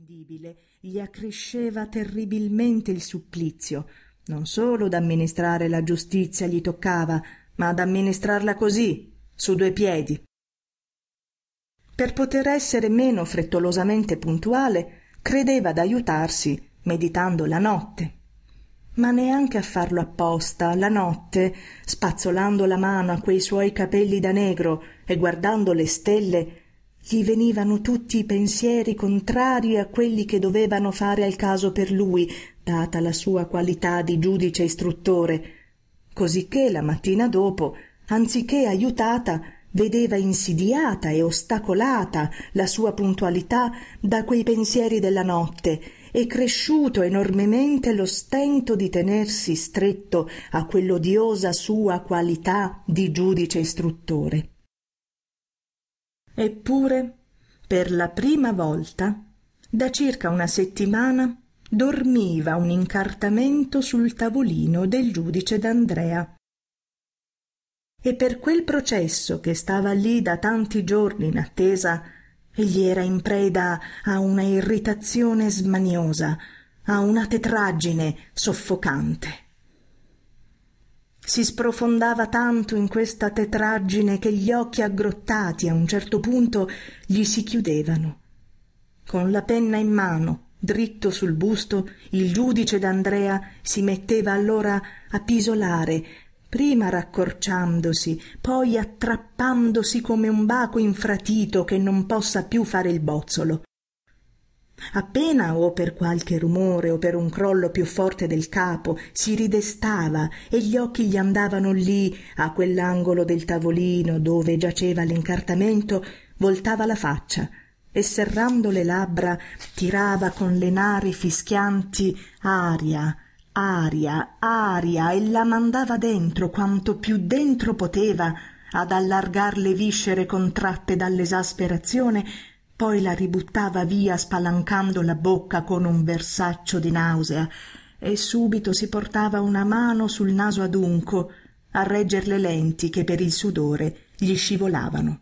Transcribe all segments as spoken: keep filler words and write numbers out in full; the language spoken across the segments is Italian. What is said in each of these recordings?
inscindibile gli accresceva terribilmente il supplizio. Non solo d'amministrare la giustizia gli toccava, ma d'amministrarla così, su due piedi. Per poter essere meno frettolosamente puntuale, credeva d'aiutarsi meditando la notte. Ma neanche a farlo apposta, la notte, spazzolando la mano a quei suoi capelli da negro e guardando le stelle, gli venivano tutti i pensieri contrari a quelli che dovevano fare al caso per lui, data la sua qualità di giudice istruttore, cosicché la mattina dopo, anziché aiutata, vedeva insidiata e ostacolata la sua puntualità da quei pensieri della notte e cresciuto enormemente lo stento di tenersi stretto a quell'odiosa sua qualità di giudice istruttore. Eppure, per la prima volta, da circa una settimana, dormiva un incartamento sul tavolino del giudice D'Andrea. E per quel processo che stava lì da tanti giorni in attesa, egli era in preda a una irritazione smaniosa, a una tetraggine soffocante. Si sprofondava tanto in questa tetraggine che gli occhi aggrottati a un certo punto gli si chiudevano. Con la penna in mano, dritto sul busto, il giudice D'Andrea si metteva allora a pisolare, prima raccorciandosi, poi attrappandosi come un baco infratito che non possa più fare il bozzolo. Appena o per qualche rumore o per un crollo più forte del capo si ridestava e gli occhi gli andavano lì a quell'angolo del tavolino dove giaceva l'incartamento, voltava la faccia e serrando le labbra tirava con le nari fischianti aria, aria, aria e la mandava dentro quanto più dentro poteva ad allargar le viscere contratte dall'esasperazione, poi la ributtava via spalancando la bocca con un versaccio di nausea e subito si portava una mano sul naso adunco a regger le lenti che per il sudore gli scivolavano.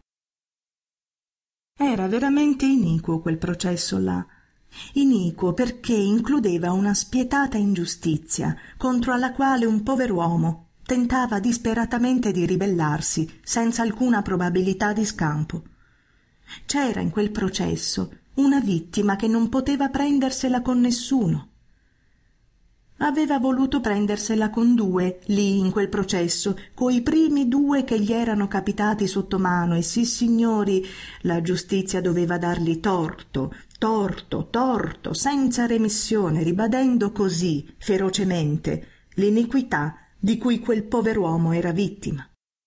Era veramente iniquo quel processo là, iniquo perché includeva una spietata ingiustizia contro alla quale un pover'uomo tentava disperatamente di ribellarsi senza alcuna probabilità di scampo. C'era in quel processo una vittima che non poteva prendersela con nessuno. Aveva voluto prendersela con due, lì in quel processo, coi primi due che gli erano capitati sotto mano, e sissignori, la giustizia doveva dargli torto, torto, torto, senza remissione, ribadendo così, ferocemente, l'iniquità di cui quel pover'uomo era vittima.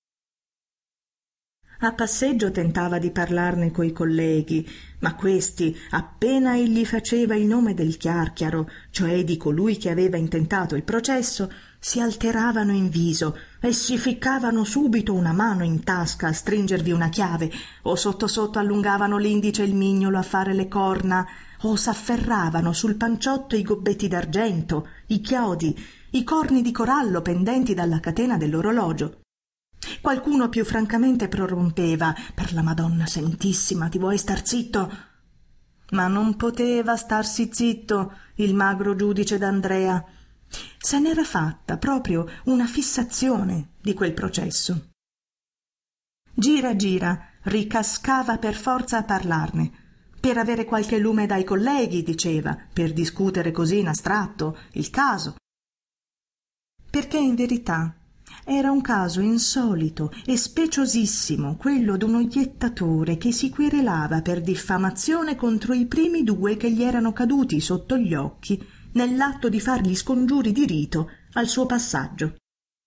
A passeggio tentava di parlarne coi colleghi, ma questi, appena egli faceva il nome del chiarchiaro, cioè di colui che aveva intentato il processo, si alteravano in viso e si ficcavano subito una mano in tasca a stringervi una chiave, o sotto sotto allungavano l'indice e il mignolo a fare le corna, o s'afferravano sul panciotto i gobbetti d'argento, i chiodi, i corni di corallo pendenti dalla catena dell'orologio. Qualcuno più francamente prorompeva: «Per la Madonna Santissima, ti vuoi star zitto?» Ma non poteva starsi zitto il magro giudice D'Andrea. Se n'era fatta proprio una fissazione di quel processo. Gira gira ricascava per forza a parlarne, per avere qualche lume dai colleghi, diceva, per discutere così in astratto il caso. Perché in verità era un caso insolito e speciosissimo quello d'uno iettatore che si querelava per diffamazione contro i primi due che gli erano caduti sotto gli occhi nell'atto di far gli scongiuri di rito al suo passaggio.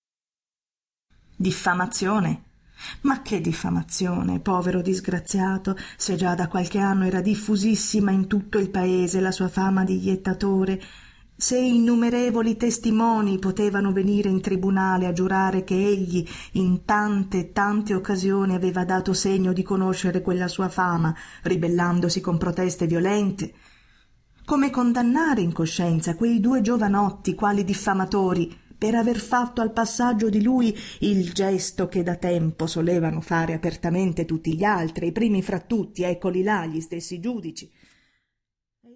Diffamazione? Ma che diffamazione, povero disgraziato, se già da qualche anno era diffusissima in tutto il paese la sua fama di iettatore, se innumerevoli testimoni potevano venire in tribunale a giurare che egli in tante e tante occasioni aveva dato segno di conoscere quella sua fama, ribellandosi con proteste violente. Come condannare in coscienza quei due giovanotti quali diffamatori per aver fatto al passaggio di lui il gesto che da tempo solevano fare apertamente tutti gli altri, i primi fra tutti, eccoli là, gli stessi giudici,